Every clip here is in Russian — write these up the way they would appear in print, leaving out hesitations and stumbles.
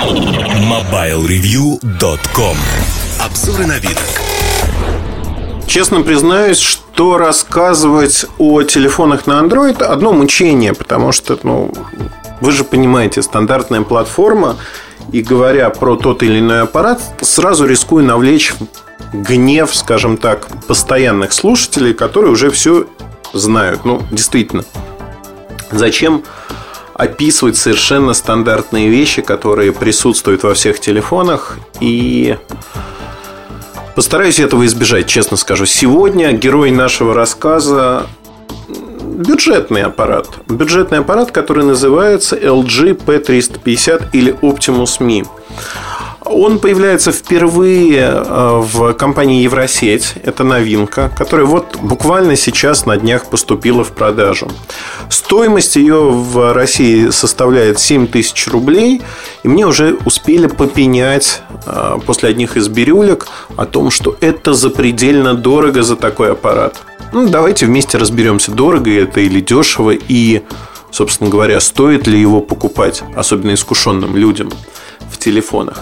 MobileReview.com. Обзоры новинок. Честно признаюсь, что рассказывать о телефонах на Android одно мучение, потому что, вы же понимаете, стандартная платформа, и говоря про тот или иной аппарат, сразу рискую навлечь гнев, скажем так, постоянных слушателей, которые уже все знают. Действительно, зачем описывать совершенно стандартные вещи, которые присутствуют во всех телефонах, и постараюсь этого избежать, честно скажу. Сегодня герой нашего рассказа бюджетный аппарат. Бюджетный аппарат, который называется LG P350 или Optimus Me. Он появляется впервые в компании Евросеть. Это новинка, которая буквально сейчас на днях поступила в продажу. Стоимость ее в России составляет 7 тысяч рублей. И мне уже успели попенять после одних из бирюлек о том, что это запредельно дорого за такой аппарат. Давайте вместе разберемся, дорого это или дешево. И, собственно говоря, стоит ли его покупать, особенно искушенным людям, в телефонах.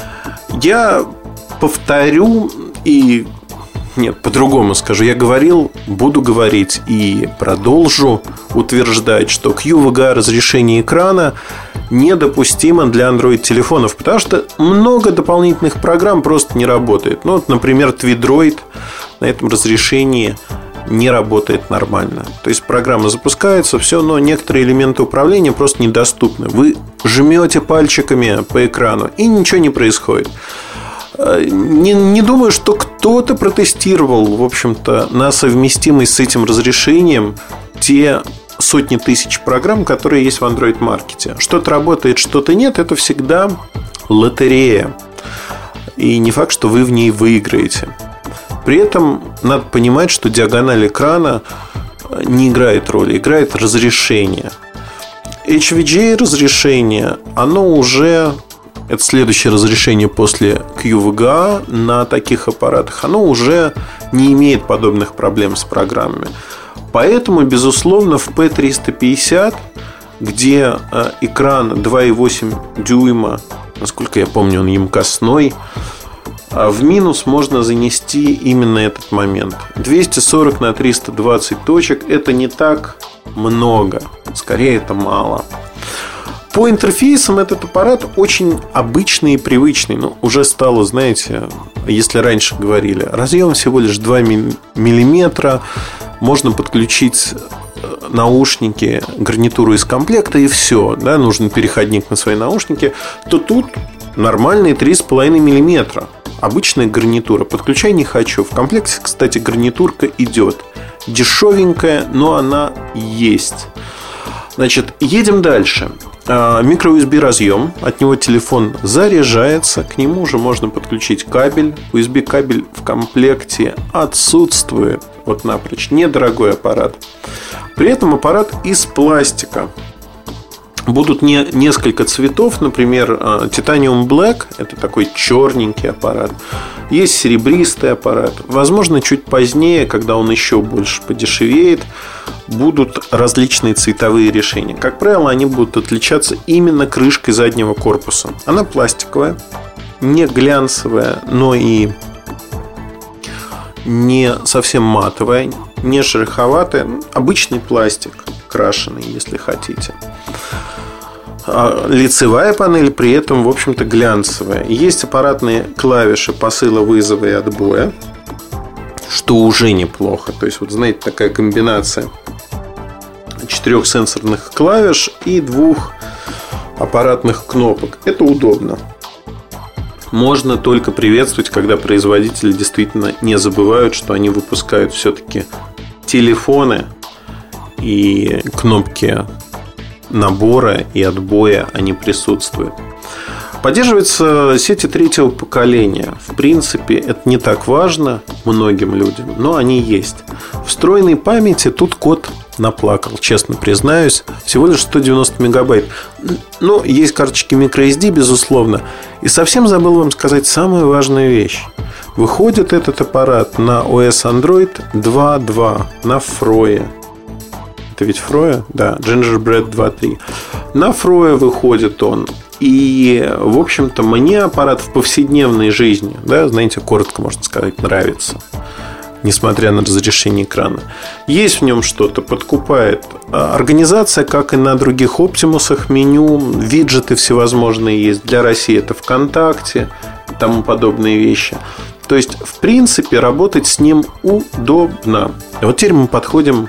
Я повторю и... Нет, по-другому скажу. Я говорил, буду говорить и продолжу утверждать, что QVGA разрешение экрана недопустимо для Android-телефонов, потому что много дополнительных программ просто не работает. Например, Tweedroid на этом разрешении не работает нормально. То есть программа запускается, все, но некоторые элементы управления просто недоступны. Вы жмете пальчиками по экрану, и ничего не происходит. Не думаю, что кто-то протестировал, в общем-то, на совместимость с этим разрешением те сотни тысяч программ, которые есть в Android-маркете. Что-то работает, что-то нет. Это всегда лотерея. И не факт, что вы в ней выиграете. При этом надо понимать, что диагональ экрана не играет роли, играет разрешение. HVGA разрешение, оно уже... Это следующее разрешение после QVGA на таких аппаратах. Оно уже не имеет подобных проблем с программами. Поэтому, безусловно, в P350, где экран 2,8 дюйма, насколько я помню, он емкостной, в минус можно занести именно этот момент. 240 на 320 точек – это не так много. Скорее, это мало. По интерфейсам этот аппарат очень обычный и привычный. Уже стало, знаете, если раньше говорили, разъем всего лишь 2 мм, можно подключить наушники, гарнитуру из комплекта и все. Нужен переходник на свои наушники. То тут нормальные 3,5 мм. Обычная гарнитура. Подключай не хочу. В комплекте, кстати, гарнитурка идет. Дешевенькая, но она есть. Значит, едем дальше. Микро-USB разъем. От него телефон заряжается. К нему же можно подключить кабель. USB кабель в комплекте отсутствует. Напрочь. Недорогой аппарат. При этом аппарат из пластика. Будут несколько цветов. Например, Titanium Black. Это такой черненький аппарат. Есть серебристый аппарат. Возможно, чуть позднее, когда он еще больше подешевеет, будут различные цветовые решения. Как правило, они будут отличаться именно крышкой заднего корпуса. Она пластиковая, не глянцевая, но и не совсем матовая, не шероховатая. Обычный пластик, крашеный, если хотите. Лицевая панель при этом, в общем-то, глянцевая. Есть аппаратные клавиши посыла, вызова и отбоя, что уже неплохо. То есть, знаете, такая комбинация 4 сенсорных клавиш и 2 аппаратных кнопок. Это удобно. Можно только приветствовать, когда производители действительно не забывают, что они выпускают все-таки телефоны, и кнопки набора и отбоя они присутствуют. Поддерживаются сети третьего поколения. В принципе, это не так важно многим людям, но они есть. Встроенной памяти тут кот наплакал, честно признаюсь. Всего лишь 190 мегабайт. Есть карточки microSD, безусловно. И совсем забыл вам сказать самую важную вещь. Выходит этот аппарат на OS Android 2.2 на Froe. Это ведь Froe? Да, Gingerbread 2.3. На Froe выходит он И, в общем-то, мне аппарат в повседневной жизни, да, знаете, коротко можно сказать, нравится, несмотря на разрешение экрана. Есть в нем что-то, подкупает. Организация, как и на других Оптимусах, меню, виджеты всевозможные есть. Для России это ВКонтакте и тому подобные вещи. То есть, в принципе, работать с ним удобно. И вот теперь мы подходим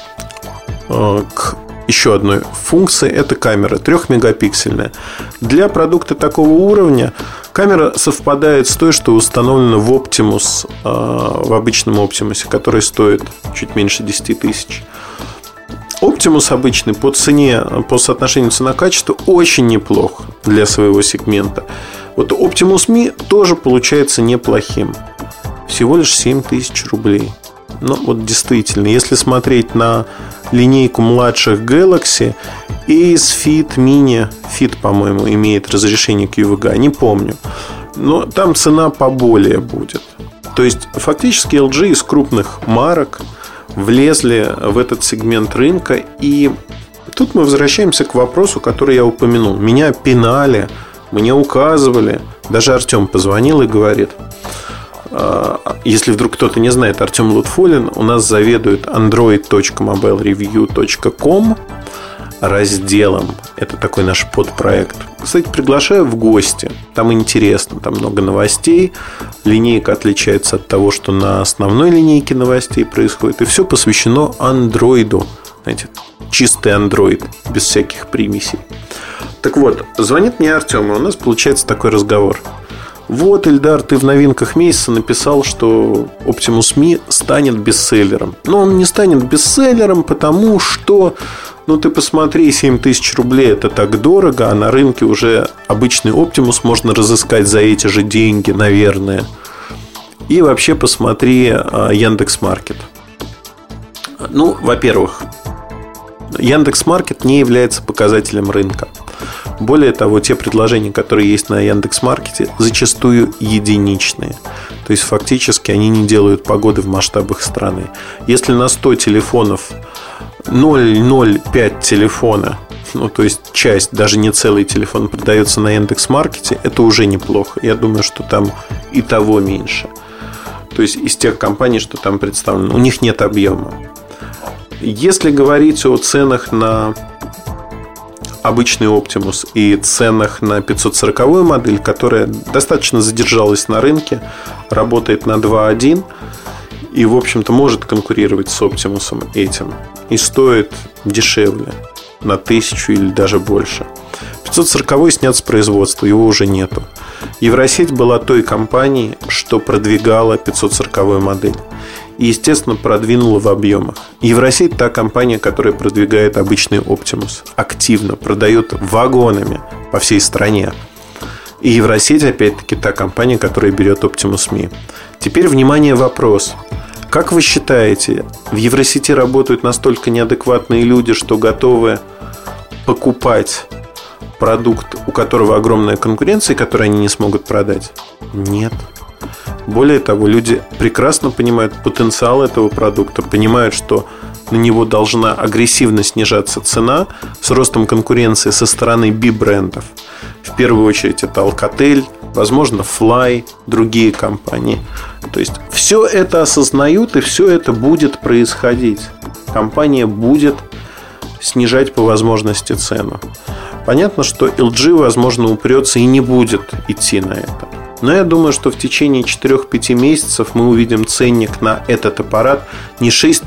к еще одной функции. Это камера 3-мегапиксельная. Для продукта такого уровня камера совпадает с той, что установлена в Optimus, в обычном Optimus, который стоит чуть меньше 10 тысяч. Optimus обычный по цене, по соотношению цена-качество очень неплох для своего сегмента. Вот Optimus Me тоже получается неплохим. Всего лишь 7 тысяч рублей. Но вот действительно, если смотреть на линейку младших Galaxy, Ace Fit Mini, Fit, по-моему, имеет разрешение QVGA, не помню, но там цена поболее будет. То есть фактически LG из крупных марок влезли в этот сегмент рынка. И тут мы возвращаемся к вопросу, который я упомянул. Меня пинали, мне указывали. Даже Артем позвонил и говорит: если вдруг кто-то не знает, Артем Лутфуллин у нас заведует android.mobilereview.com разделом. Это такой наш подпроект. Кстати, приглашаю в гости. Там интересно, там много новостей. Линейка отличается от того, что на основной линейке новостей происходит. И все посвящено андроиду. Знаете, чистый андроид, без всяких примесей. Так вот, звонит мне Артем, и у нас получается такой разговор. Вот, Ильдар, ты в новинках месяца написал, что Optimus Me станет бестселлером. Но он не станет бестселлером, потому что, ну ты посмотри, 7 тысяч рублей это так дорого, а на рынке уже обычный Optimus можно разыскать за эти же деньги, наверное. И вообще посмотри Яндекс.Маркет. Ну, во-первых, Яндекс.Маркет не является показателем рынка. Более того, те предложения, которые есть на Яндекс.Маркете, зачастую единичные. То есть фактически они не делают погоды в масштабах страны. Если на 100 телефонов 0,05 телефона, ну то есть часть, даже не целый телефон, продается на Яндекс.Маркете, это уже неплохо. Я думаю, что там и того меньше. То есть из тех компаний, что там представлены, у них нет объема. Если говорить о ценах на обычный Optimus и ценах на 540-ю модель, которая достаточно задержалась на рынке, работает на 2.1 и, в общем-то, может конкурировать с Optimus этим и стоит дешевле на 1000 или даже больше. 540-й снят с производства, его уже нету. Евросеть была той компанией, что продвигала 540-ю модель. И, естественно, продвинула в объемах. Евросеть та компания, которая продвигает обычный Optimus. Активно продает вагонами по всей стране. И Евросеть, опять-таки, та компания, которая берет Optimus Me. Теперь, внимание, вопрос. Как вы считаете, в Евросети работают настолько неадекватные люди, что готовы покупать продукт, у которого огромная конкуренция, который они не смогут продать? Нет. Более того, люди прекрасно понимают потенциал этого продукта, понимают, что на него должна агрессивно снижаться цена с ростом конкуренции со стороны B-брендов. В первую очередь это Alcatel, возможно, Fly, другие компании. То есть все это осознают, и все это будет происходить. Компания будет снижать по возможности цену. Понятно, что LG, возможно, упрется и не будет идти на это. Но я думаю, что в течение 4-5 месяцев мы увидим ценник на этот аппарат не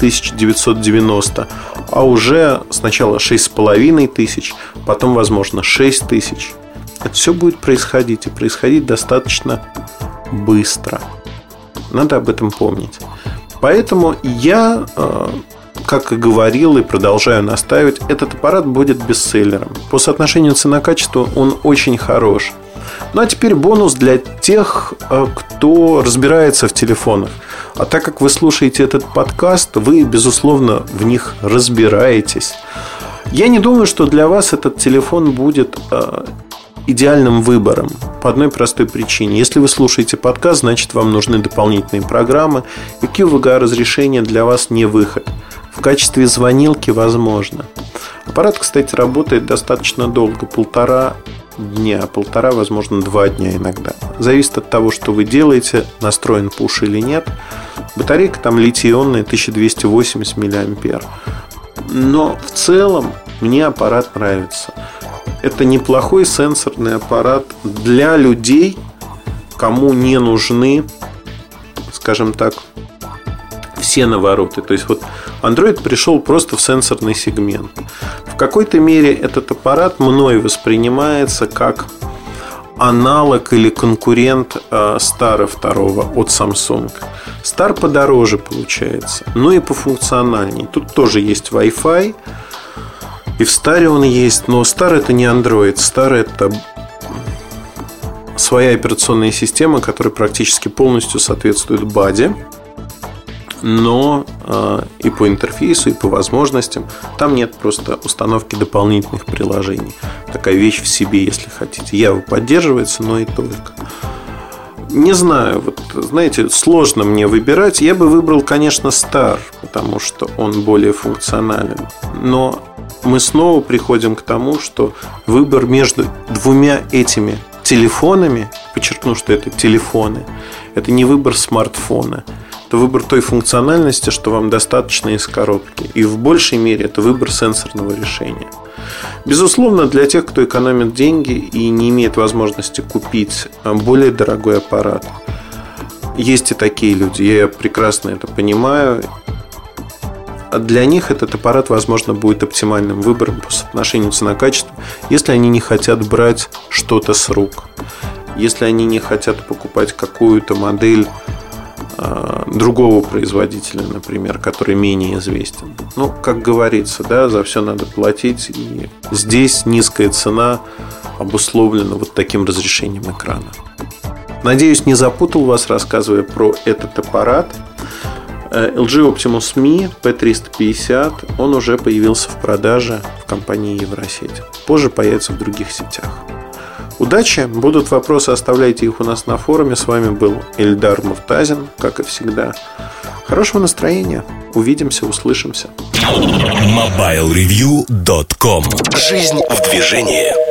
6990, а уже сначала 6500, потом, возможно, 6000. Это все будет происходить, и происходить достаточно быстро. Надо об этом помнить. Поэтому я, как и говорил и продолжаю настаивать, этот аппарат будет бестселлером. По соотношению цена-качество он очень хорош. Ну а теперь бонус для тех, кто разбирается в телефонах. А так как вы слушаете этот подкаст, вы, безусловно, в них разбираетесь. Я не думаю, что для вас этот телефон будет идеальным выбором. По одной простой причине. Если вы слушаете подкаст, значит, вам нужны дополнительные программы. И QVGA разрешение для вас не выход. В качестве звонилки возможно. Аппарат, кстати, работает достаточно долго. дня, полтора, возможно, 2 дня иногда. Зависит от того, что вы делаете, настроен пуш или нет. Батарейка там литий-ионная, 1280 мАh. Но в целом мне аппарат нравится. Это неплохой сенсорный аппарат для людей, кому не нужны, скажем так, все навороты. То есть вот Android пришел просто в сенсорный сегмент. В какой-то мере этот аппарат мной воспринимается как аналог или конкурент Star 2 от Samsung. Star подороже получается, но и пофункциональнее. Тут тоже есть Wi-Fi, и в Star он есть, но Star это не Android. Star это своя операционная система, которая практически полностью соответствует Body, но и по интерфейсу, и по возможностям. Там нет просто установки дополнительных приложений. Такая вещь в себе, если хотите. Java поддерживается, но и только. Не знаю, вот, знаете, сложно мне выбирать. Я бы выбрал, конечно, Star, потому что он более функционален. Но мы снова приходим к тому, что выбор между двумя этими телефонами, подчеркну, что это телефоны, это не выбор смартфона. Это выбор той функциональности, что вам достаточно из коробки. И в большей мере это выбор сенсорного решения. Безусловно, для тех, кто экономит деньги и не имеет возможности купить более дорогой аппарат, есть и такие люди. Я прекрасно это понимаю. Для них этот аппарат, возможно, будет оптимальным выбором по соотношению цена-качество, если они не хотят брать что-то с рук, если они не хотят покупать какую-то модель другого производителя, например, который менее известен. Ну, как говорится, да, за все надо платить. И здесь низкая цена обусловлена вот таким разрешением экрана. Надеюсь, не запутал вас, рассказывая про этот аппарат. LG Optimus Me P350, он уже появился в продаже в компании Евросеть. Позже появится в других сетях. Удачи! Будут вопросы, оставляйте их у нас на форуме. С вами был Эльдар Муртазин, как и всегда. Хорошего настроения. Увидимся, услышимся. MobileReview.com. Жизнь в движении.